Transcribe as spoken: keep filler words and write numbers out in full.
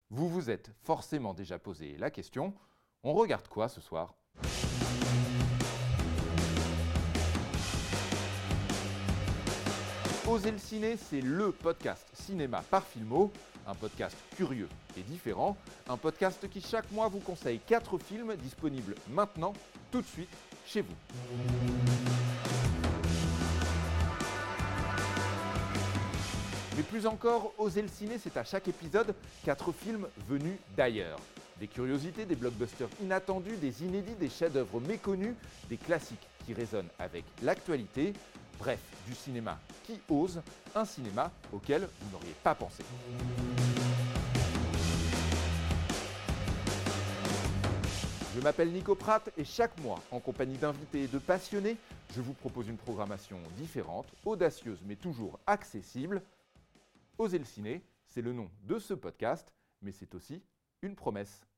Vous vous êtes forcément déjà posé la question, on regarde quoi ce soir ? Oser le ciné, c'est le podcast cinéma par Filmo, un podcast curieux et différent, un podcast qui chaque mois vous conseille quatre films disponibles maintenant, tout de suite, chez vous. Mais plus encore, Oser le ciné, c'est à chaque épisode quatre films venus d'ailleurs. Des curiosités, des blockbusters inattendus, des inédits, des chefs-d'œuvre méconnus, des classiques qui résonnent avec l'actualité. Bref, du cinéma qui ose, un cinéma auquel vous n'auriez pas pensé. Je m'appelle Nico Pratt et chaque mois, en compagnie d'invités et de passionnés, je vous propose une programmation différente, audacieuse mais toujours accessible. Oser le ciné, c'est le nom de ce podcast, mais c'est aussi une promesse.